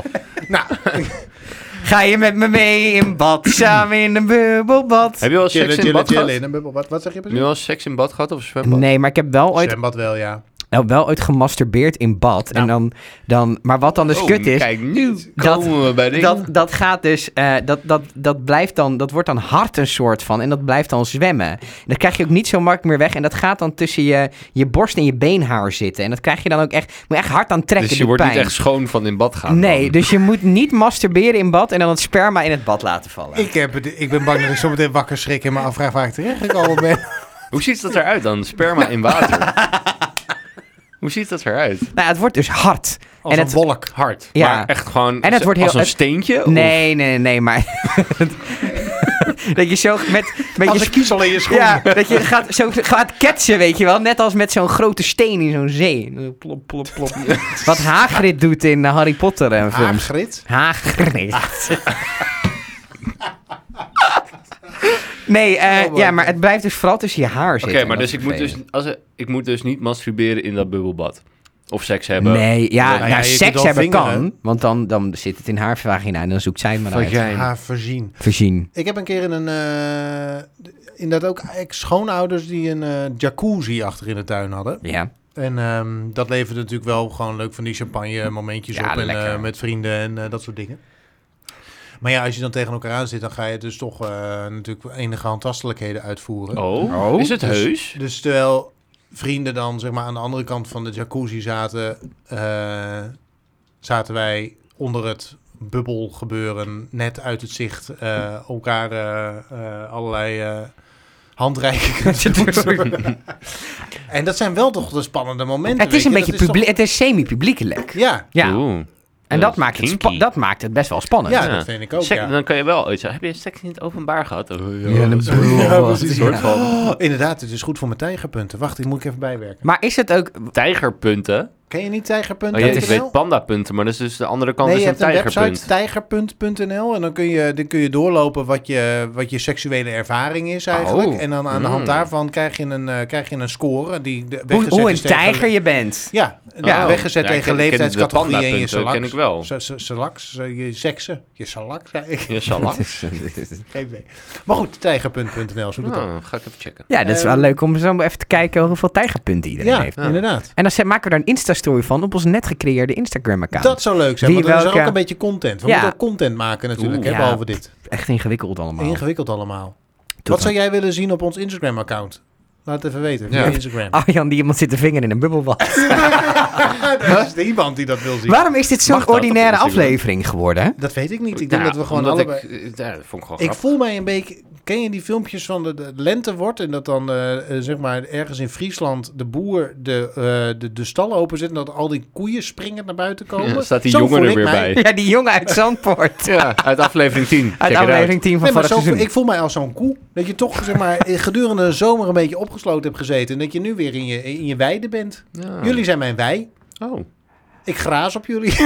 [SPEAKER 1] Ga je met me mee in bad, samen in een bubbelbad?
[SPEAKER 2] Heb je wel seks in bad gehad?
[SPEAKER 3] in een bubbelbad. Wat zeg je
[SPEAKER 2] Heb je
[SPEAKER 3] precies?
[SPEAKER 2] wel seks in bad gehad of zwembad?
[SPEAKER 1] Nee, maar ik heb wel ooit,
[SPEAKER 3] Zwembad wel, ja.
[SPEAKER 1] gemasturbeerd in bad.
[SPEAKER 3] Nou.
[SPEAKER 1] En dan, maar wat dan dus kut is,
[SPEAKER 2] Kijk, nu
[SPEAKER 1] dat-
[SPEAKER 2] komen we bij dingen.
[SPEAKER 1] dat gaat dus, dat blijft dan, dat wordt dan hard een soort van. En dat blijft dan zwemmen. En dat krijg je ook niet zo makkelijk meer weg. En dat gaat dan tussen je borst en je beenhaar zitten. En dat krijg je dan ook echt, moet je echt hard aan trekken,
[SPEAKER 2] Dus je
[SPEAKER 1] die
[SPEAKER 2] wordt
[SPEAKER 1] pijn.
[SPEAKER 2] niet echt schoon van in bad gaan.
[SPEAKER 1] Nee,
[SPEAKER 2] dan.
[SPEAKER 1] dus je moet niet masturberen in bad en dan het sperma in het bad laten vallen.
[SPEAKER 3] Ik ben bang dat ik zo meteen wakker schrik en me afvraag waar ik terechtgekomen ben.
[SPEAKER 2] Hoe ziet dat eruit dan? Sperma in water. Hoe ziet dat eruit?
[SPEAKER 1] Nou, het wordt dus hard.
[SPEAKER 3] Als
[SPEAKER 1] En
[SPEAKER 3] een
[SPEAKER 1] het-
[SPEAKER 3] wolk.
[SPEAKER 2] Hard.
[SPEAKER 1] Ja.
[SPEAKER 2] Maar echt gewoon
[SPEAKER 1] En het wordt
[SPEAKER 2] als
[SPEAKER 1] heel-
[SPEAKER 2] een steentje? Of-
[SPEAKER 1] Nee, maar... dat je zo met
[SPEAKER 3] Als
[SPEAKER 1] je
[SPEAKER 3] een kiezel in je schoen.
[SPEAKER 1] ja, dat je gaat ketsen, weet je wel. Net als met zo'n grote steen in zo'n zee. Plop, plop, plop. Wat Hagrid doet in Harry Potter en films.
[SPEAKER 3] Haagrit.
[SPEAKER 1] Hagrid. Nee, ja, maar het blijft dus vooral tussen je haar zitten.
[SPEAKER 2] Oké,
[SPEAKER 1] en
[SPEAKER 2] maar
[SPEAKER 1] dat
[SPEAKER 2] dus
[SPEAKER 1] is
[SPEAKER 2] ik moet dus,
[SPEAKER 1] vervelend.
[SPEAKER 2] ik moet dus niet masturberen in dat bubbelbad. Of seks hebben.
[SPEAKER 1] Nee, ja,
[SPEAKER 3] Nou ja, je kunt
[SPEAKER 1] seks
[SPEAKER 3] wel
[SPEAKER 1] hebben
[SPEAKER 3] vingeren.
[SPEAKER 1] kan. Want dan zit het in haar vagina en dan zoekt zij het maar uit.
[SPEAKER 2] Vagijn.
[SPEAKER 3] Haar voorzien.
[SPEAKER 1] Voorzien.
[SPEAKER 3] Ik heb een keer inderdaad ook schoonouders die een jacuzzi achter in de tuin hadden.
[SPEAKER 1] Ja.
[SPEAKER 3] En dat leverde natuurlijk wel gewoon leuk van die champagne momentjes
[SPEAKER 1] Ja,
[SPEAKER 3] op. En
[SPEAKER 1] lekker.
[SPEAKER 3] met vrienden en dat soort dingen. Maar ja, als je dan tegen elkaar aan zit, dan ga je dus toch natuurlijk enige handtastelijkheden uitvoeren.
[SPEAKER 2] Oh, is het
[SPEAKER 3] Dus-
[SPEAKER 2] heus?
[SPEAKER 3] Dus terwijl vrienden dan zeg maar aan de andere kant van de jacuzzi zaten wij onder het bubbelgebeuren net uit het zicht elkaar allerlei handreikingen te doen. En dat zijn wel toch de spannende momenten.
[SPEAKER 1] Het is
[SPEAKER 3] weet
[SPEAKER 1] een
[SPEAKER 3] je,
[SPEAKER 1] beetje
[SPEAKER 3] dat is
[SPEAKER 1] publiek. Het is semi-publiekelijk.
[SPEAKER 3] toch- Ja,
[SPEAKER 1] Ja.
[SPEAKER 2] Oeh.
[SPEAKER 1] En
[SPEAKER 2] Dat
[SPEAKER 1] dat
[SPEAKER 2] is
[SPEAKER 1] maakt, het
[SPEAKER 2] kinky.
[SPEAKER 1] dat maakt het best wel spannend.
[SPEAKER 3] ja,
[SPEAKER 2] Ja.
[SPEAKER 3] dat vind ik ook.
[SPEAKER 2] Seks-
[SPEAKER 3] Ja.
[SPEAKER 2] Dan kan je wel iets zeggen. Heb je seks in het openbaar gehad? Oh,
[SPEAKER 1] Ja, dat is wel-
[SPEAKER 3] Ja,
[SPEAKER 2] Een
[SPEAKER 3] precies.
[SPEAKER 2] soort van
[SPEAKER 3] Oh, inderdaad, het is goed voor mijn tijgerpunten. Wacht, die moet ik even bijwerken.
[SPEAKER 1] Maar is het ook...
[SPEAKER 2] tijgerpunten.
[SPEAKER 3] Ken je niet tijgerpunten?
[SPEAKER 2] Oh, je
[SPEAKER 1] het is-
[SPEAKER 2] weet pandapunten, maar dat is dus de andere kant
[SPEAKER 3] Nee,
[SPEAKER 2] is
[SPEAKER 3] je
[SPEAKER 2] een
[SPEAKER 3] hebt een
[SPEAKER 2] tijgerpunt.
[SPEAKER 3] website, tijgerpunt.nl. En dan kun je doorlopen wat je seksuele ervaring is eigenlijk.
[SPEAKER 1] Oh.
[SPEAKER 3] En dan aan de hand daarvan krijg je een score die weggezet
[SPEAKER 1] Hoe een
[SPEAKER 3] is tegen-
[SPEAKER 1] tijger je bent.
[SPEAKER 3] Ja,
[SPEAKER 1] Ja.
[SPEAKER 3] weggezet
[SPEAKER 2] Ja,
[SPEAKER 3] tegen
[SPEAKER 2] ik ken de
[SPEAKER 3] leeftijdscategorieën in je
[SPEAKER 2] pandapunten, ken ik wel.
[SPEAKER 3] salaks, je seksen. Je salak, zei ik.
[SPEAKER 2] Ja, salak.
[SPEAKER 3] Geen idee. Maar goed, tijgerpunt.nl, zoek het op.
[SPEAKER 2] Nou, ga ik even checken.
[SPEAKER 1] Ja, dat is wel leuk om zo even te kijken hoeveel tijgerpunten iedereen
[SPEAKER 3] Ja,
[SPEAKER 1] heeft.
[SPEAKER 3] inderdaad.
[SPEAKER 1] En dan maken we daar een Insta-story van op ons net gecreëerde Instagram-account.
[SPEAKER 3] Dat zou leuk zijn,
[SPEAKER 1] Wie
[SPEAKER 3] want dan is er
[SPEAKER 1] welke-
[SPEAKER 3] ook een beetje content. We
[SPEAKER 1] Ja.
[SPEAKER 3] moeten ook content maken natuurlijk,
[SPEAKER 2] Oeh.
[SPEAKER 3] hè,
[SPEAKER 1] Ja.
[SPEAKER 3] behalve dit.
[SPEAKER 1] Echt ingewikkeld allemaal.
[SPEAKER 3] Ingewikkeld allemaal.
[SPEAKER 1] Doe
[SPEAKER 3] Wat zou jij willen zien op ons Instagram-account? Laat het even weten, via
[SPEAKER 2] Ja.
[SPEAKER 3] Instagram.
[SPEAKER 1] Arjan die iemand zit te vingeren in een bubbelbad.
[SPEAKER 3] Dat is er iemand die dat wil zien.
[SPEAKER 1] Waarom is dit zo'n
[SPEAKER 2] Mag dat op
[SPEAKER 1] ordinaire
[SPEAKER 2] Instagram?
[SPEAKER 1] aflevering geworden?
[SPEAKER 3] Dat weet ik niet. Ik denk
[SPEAKER 2] Ja,
[SPEAKER 3] dat we gewoon
[SPEAKER 2] omdat
[SPEAKER 3] allebei...
[SPEAKER 2] ja, dat vond ik gewoon
[SPEAKER 3] Ik
[SPEAKER 2] grappig.
[SPEAKER 3] voel mij een beetje... Ken je die filmpjes van de lente wordt en dat dan zeg maar ergens in Friesland de boer de stal openzet en dat al die koeien springend naar buiten komen?
[SPEAKER 2] Ja, dan staat die
[SPEAKER 3] Zo
[SPEAKER 2] jongen
[SPEAKER 3] voel
[SPEAKER 2] er
[SPEAKER 3] ik
[SPEAKER 2] weer
[SPEAKER 3] mij.
[SPEAKER 2] bij.
[SPEAKER 1] Ja, die jongen uit Zandpoort.
[SPEAKER 2] Ja, uit aflevering 10. Check
[SPEAKER 1] Uit
[SPEAKER 2] it
[SPEAKER 1] aflevering 10 van
[SPEAKER 3] Nee, maar
[SPEAKER 1] vorig seizoen.
[SPEAKER 3] ik voel mij als zo'n koe. Dat je toch zeg maar gedurende de zomer een beetje opgesloten hebt gezeten. En dat je nu weer in je weide bent.
[SPEAKER 2] out. Ja.
[SPEAKER 3] Jullie zijn mijn wei.
[SPEAKER 2] Oh.
[SPEAKER 3] Ik graas op jullie.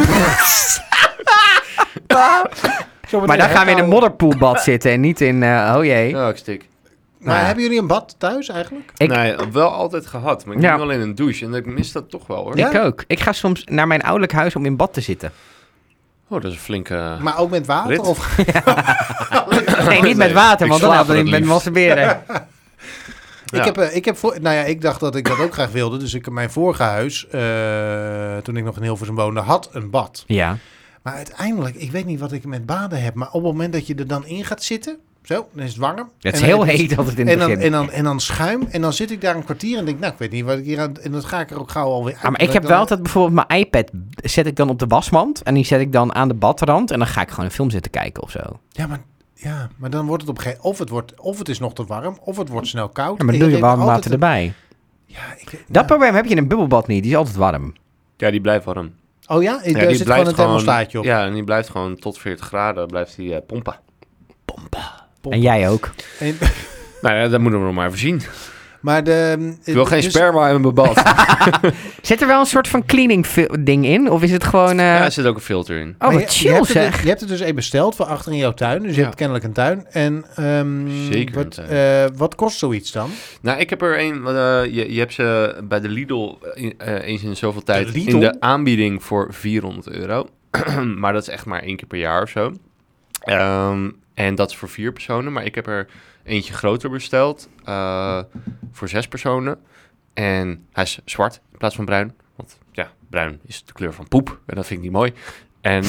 [SPEAKER 1] Maar dan gaan we in een modderpoelbad zitten en niet in... oh jee.
[SPEAKER 2] Ja, ik stik.
[SPEAKER 3] Maar
[SPEAKER 1] Ja.
[SPEAKER 3] hebben jullie een bad thuis eigenlijk?
[SPEAKER 1] Ik-
[SPEAKER 2] Nee, wel altijd gehad. Maar ik
[SPEAKER 1] Ja.
[SPEAKER 2] ben wel in een douche. En ik mis dat toch wel, hoor.
[SPEAKER 3] Ja?
[SPEAKER 1] Ik ook. Ik ga soms naar mijn ouderlijk huis om in bad te zitten.
[SPEAKER 2] Oh, dat is een flinke...
[SPEAKER 3] Maar ook met water?
[SPEAKER 2] Rit?
[SPEAKER 3] Of...
[SPEAKER 1] Nee, niet met water,
[SPEAKER 2] Ik
[SPEAKER 1] want dan
[SPEAKER 2] slaap
[SPEAKER 1] heb
[SPEAKER 2] er
[SPEAKER 1] ik
[SPEAKER 2] het
[SPEAKER 1] met
[SPEAKER 2] liefst.
[SPEAKER 1] masturberen.
[SPEAKER 2] Ja.
[SPEAKER 3] Ik dacht dat ik dat ook graag wilde. Dus mijn vorige huis, toen ik nog in Hilversum woonde, had een bad.
[SPEAKER 1] Ja.
[SPEAKER 3] Maar uiteindelijk, ik weet niet wat ik met baden heb. Maar op het moment dat je er dan in gaat zitten, Zo, dan is het warm.
[SPEAKER 1] Het is
[SPEAKER 3] En dan
[SPEAKER 1] heel
[SPEAKER 3] heb je-
[SPEAKER 1] heet altijd in het begin.
[SPEAKER 3] En dan schuim. En dan zit ik daar een kwartier en denk, nou, ik weet niet wat ik hier aan... En dat ga ik er ook gauw alweer uit.
[SPEAKER 1] Maar ik heb wel altijd bijvoorbeeld mijn iPad zet ik dan op de wasmand. En die zet ik dan aan de badrand. En dan ga ik gewoon een film zitten kijken of zo.
[SPEAKER 3] Ja, maar dan wordt het op een gegeven moment... Of het is nog te warm, of het wordt snel koud.
[SPEAKER 1] Ja, maar
[SPEAKER 3] En
[SPEAKER 1] dan doe je
[SPEAKER 3] geeft
[SPEAKER 1] warm water
[SPEAKER 3] altijd
[SPEAKER 1] erbij.
[SPEAKER 3] een-
[SPEAKER 1] Dat probleem heb je in een bubbelbad niet. Die is altijd warm.
[SPEAKER 2] Ja, die blijft warm.
[SPEAKER 3] Oh ja?
[SPEAKER 2] Ja,
[SPEAKER 3] Daar
[SPEAKER 2] die
[SPEAKER 3] zit gewoon een thermostaatje op.
[SPEAKER 2] Ja, en die blijft gewoon tot 40 graden blijft die pompen.
[SPEAKER 1] En jij ook.
[SPEAKER 3] En-
[SPEAKER 2] Nou ja, dat moeten we nog maar even zien.
[SPEAKER 3] maar
[SPEAKER 2] Ik wil geen
[SPEAKER 3] dus-
[SPEAKER 2] sperma in mijn bad.
[SPEAKER 1] Zit er wel een soort van cleaning ding in? Of is het gewoon...
[SPEAKER 2] Ja, er zit ook een filter in.
[SPEAKER 1] Oh,
[SPEAKER 3] Maar
[SPEAKER 1] wat
[SPEAKER 3] je
[SPEAKER 1] chill
[SPEAKER 3] hebt het,
[SPEAKER 1] zeg.
[SPEAKER 3] je hebt het dus even besteld voor achter in jouw tuin. Dus je
[SPEAKER 2] Ja.
[SPEAKER 3] hebt kennelijk een tuin. En
[SPEAKER 2] Zeker een
[SPEAKER 3] wat kost zoiets dan?
[SPEAKER 2] Nou, ik heb er een... je hebt ze bij de Lidl eens in zoveel tijd
[SPEAKER 3] Lidl?
[SPEAKER 2] in de aanbieding voor €400. Maar dat is echt maar 1 keer per jaar of zo. En dat is voor 4 personen. Maar ik heb er eentje groter besteld voor 6 personen. En hij is zwart in plaats van bruin. Want ja, bruin is de kleur van poep. En dat vind ik niet mooi. En...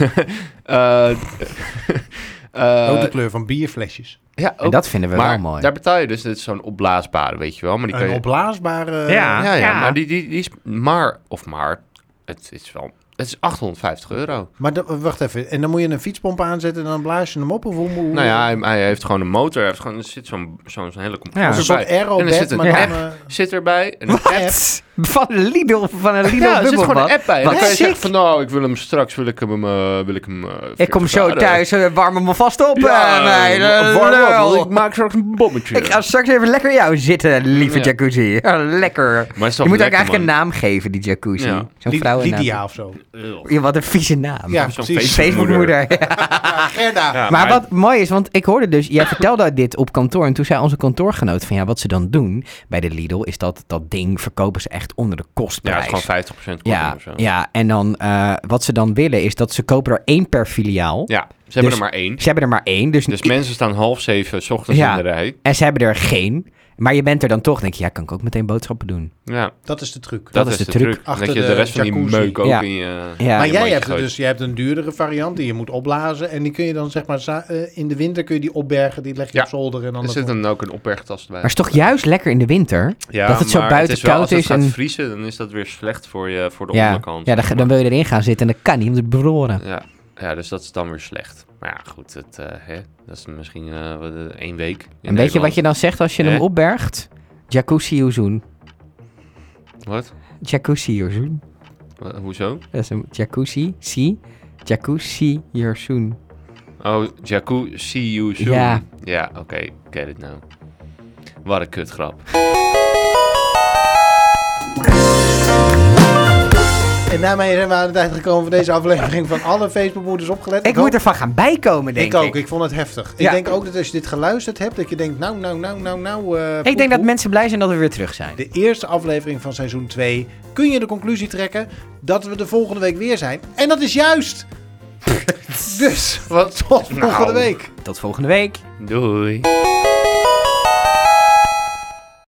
[SPEAKER 3] Ook de kleur van bierflesjes.
[SPEAKER 2] Ja,
[SPEAKER 1] En dat vinden we
[SPEAKER 2] maar
[SPEAKER 1] wel mooi.
[SPEAKER 2] daar betaal je dus, dit is zo'n opblaasbare, weet je wel. Maar die kan
[SPEAKER 3] Een
[SPEAKER 2] je...
[SPEAKER 3] opblaasbare...
[SPEAKER 1] Ja.
[SPEAKER 2] Ja, maar die is... Het is wel... Het is €850.
[SPEAKER 3] Maar wacht even. En dan moet je een fietspomp aanzetten en dan blaas je hem op? Of hoe?
[SPEAKER 2] Nou ja, hij heeft gewoon een motor. Hij heeft gewoon, er zit zo'n hele
[SPEAKER 1] Ja.
[SPEAKER 2] computer
[SPEAKER 3] Een soort
[SPEAKER 2] bij. En er
[SPEAKER 3] aerobed,
[SPEAKER 2] zit een
[SPEAKER 3] maar
[SPEAKER 2] app
[SPEAKER 3] dan...
[SPEAKER 2] zit erbij. En een app.
[SPEAKER 1] Wat? Van een Lidl
[SPEAKER 2] Ja, er zit gewoon een
[SPEAKER 1] bubbelbad?
[SPEAKER 2] app bij. En
[SPEAKER 1] Wat
[SPEAKER 2] dan kan je
[SPEAKER 1] sick.
[SPEAKER 2] zeggen van, nou, ik wil hem straks, wil ik hem
[SPEAKER 1] Ik kom zo thuis, warm hem vast op.
[SPEAKER 2] warm op.
[SPEAKER 1] lul.
[SPEAKER 2] Ik maak straks een bommetje.
[SPEAKER 1] Ik ga straks even lekker jou zitten, lieve
[SPEAKER 2] Ja.
[SPEAKER 1] jacuzzi. Ja, lekker.
[SPEAKER 2] Maar het is
[SPEAKER 1] Je
[SPEAKER 2] toch
[SPEAKER 1] moet ook
[SPEAKER 2] lekker,
[SPEAKER 1] eigenlijk
[SPEAKER 2] man.
[SPEAKER 1] een naam geven, die jacuzzi.
[SPEAKER 2] Ja.
[SPEAKER 1] Zo'n vrouwennaam.
[SPEAKER 3] Lydia of zo.
[SPEAKER 1] Ja, wat een vieze naam.
[SPEAKER 3] Ja,
[SPEAKER 2] Zo'n
[SPEAKER 3] precies.
[SPEAKER 1] Facebookmoeder.
[SPEAKER 3] Gerda.
[SPEAKER 2] Ja,
[SPEAKER 1] Maar wat mooi is, want ik hoorde dus, jij vertelde dit op kantoor en toen zei onze kantoorgenoot van ja, wat ze dan doen bij de Lidl is dat ding verkopen ze echt onder de
[SPEAKER 2] Ja,
[SPEAKER 1] kostprijs.
[SPEAKER 2] het is gewoon 50% korting
[SPEAKER 1] Ja,
[SPEAKER 2] of zo.
[SPEAKER 1] ja, en dan wat ze dan willen is dat ze kopen er 1 per filiaal.
[SPEAKER 2] Ja, ze hebben
[SPEAKER 1] Dus-
[SPEAKER 2] er maar 1.
[SPEAKER 1] Ze hebben er maar 1, dus
[SPEAKER 2] Dus mensen staan 6:30 's ochtends
[SPEAKER 1] Ja.
[SPEAKER 2] in de rij.
[SPEAKER 1] en ze hebben er geen. Maar je bent er dan toch, denk je, ja, kan ik ook meteen boodschappen doen.
[SPEAKER 2] Ja,
[SPEAKER 3] Dat is de truc.
[SPEAKER 1] Dat is de truc.
[SPEAKER 3] Achter
[SPEAKER 2] Dat je de
[SPEAKER 3] de
[SPEAKER 2] rest van die
[SPEAKER 3] jacuzzi.
[SPEAKER 2] meuk ook
[SPEAKER 1] Ja.
[SPEAKER 2] in je...
[SPEAKER 1] Ja.
[SPEAKER 3] Maar
[SPEAKER 2] je
[SPEAKER 3] jij
[SPEAKER 2] mandje
[SPEAKER 3] hebt
[SPEAKER 2] gooit.
[SPEAKER 3] dus, je hebt een duurdere variant die je moet opblazen. En die kun je dan zeg maar in de winter kun je die opbergen. Die leg je
[SPEAKER 2] Ja.
[SPEAKER 3] op zolder. En dan
[SPEAKER 2] Er
[SPEAKER 3] dat
[SPEAKER 2] zit dan ook een opbergtas erbij.
[SPEAKER 1] Maar het is toch juist lekker in de winter?
[SPEAKER 2] Ja,
[SPEAKER 1] dat het zo
[SPEAKER 2] maar
[SPEAKER 1] buiten
[SPEAKER 2] is wel,
[SPEAKER 1] koud
[SPEAKER 2] als het
[SPEAKER 1] is
[SPEAKER 2] gaat
[SPEAKER 1] en-
[SPEAKER 2] vriezen, dan is dat weer slecht voor de
[SPEAKER 1] Ja,
[SPEAKER 2] onderkant.
[SPEAKER 1] ja
[SPEAKER 2] zeg
[SPEAKER 1] dan
[SPEAKER 2] maar.
[SPEAKER 1] wil je erin gaan zitten en dat kan niet, om te bevroren.
[SPEAKER 2] Ja, dus dat is dan weer slecht. Maar ja, goed, dat is misschien 1 week.
[SPEAKER 1] En weet je wat je dan zegt als je hem
[SPEAKER 2] Hè?
[SPEAKER 1] opbergt? Jacuzzi Ozoen.
[SPEAKER 2] Wat?
[SPEAKER 1] Jacuzzi Ozoen.
[SPEAKER 2] Hoezo?
[SPEAKER 1] Dat is een jacuzzi. Jacuzzi Ozoen.
[SPEAKER 2] Oh, Jakku, see you soon.
[SPEAKER 1] Ja.
[SPEAKER 2] Ja, oké, get it now. Wat een kutgrap.
[SPEAKER 3] En daarmee zijn we aan het eind gekomen van deze aflevering van alle Facebookmoeders opgelet.
[SPEAKER 1] Ik moet ervan gaan bijkomen, denk ik.
[SPEAKER 3] Ik ook, ik vond het heftig.
[SPEAKER 1] Ja.
[SPEAKER 3] Ik denk ook dat als je dit geluisterd hebt, dat je denkt, nou.
[SPEAKER 1] Ik denk dat mensen blij zijn dat we weer terug zijn.
[SPEAKER 3] De eerste aflevering van seizoen 2 kun je de conclusie trekken dat we de volgende week weer zijn. En dat is juist. Dus, tot volgende week.
[SPEAKER 1] Tot volgende week.
[SPEAKER 2] Doei.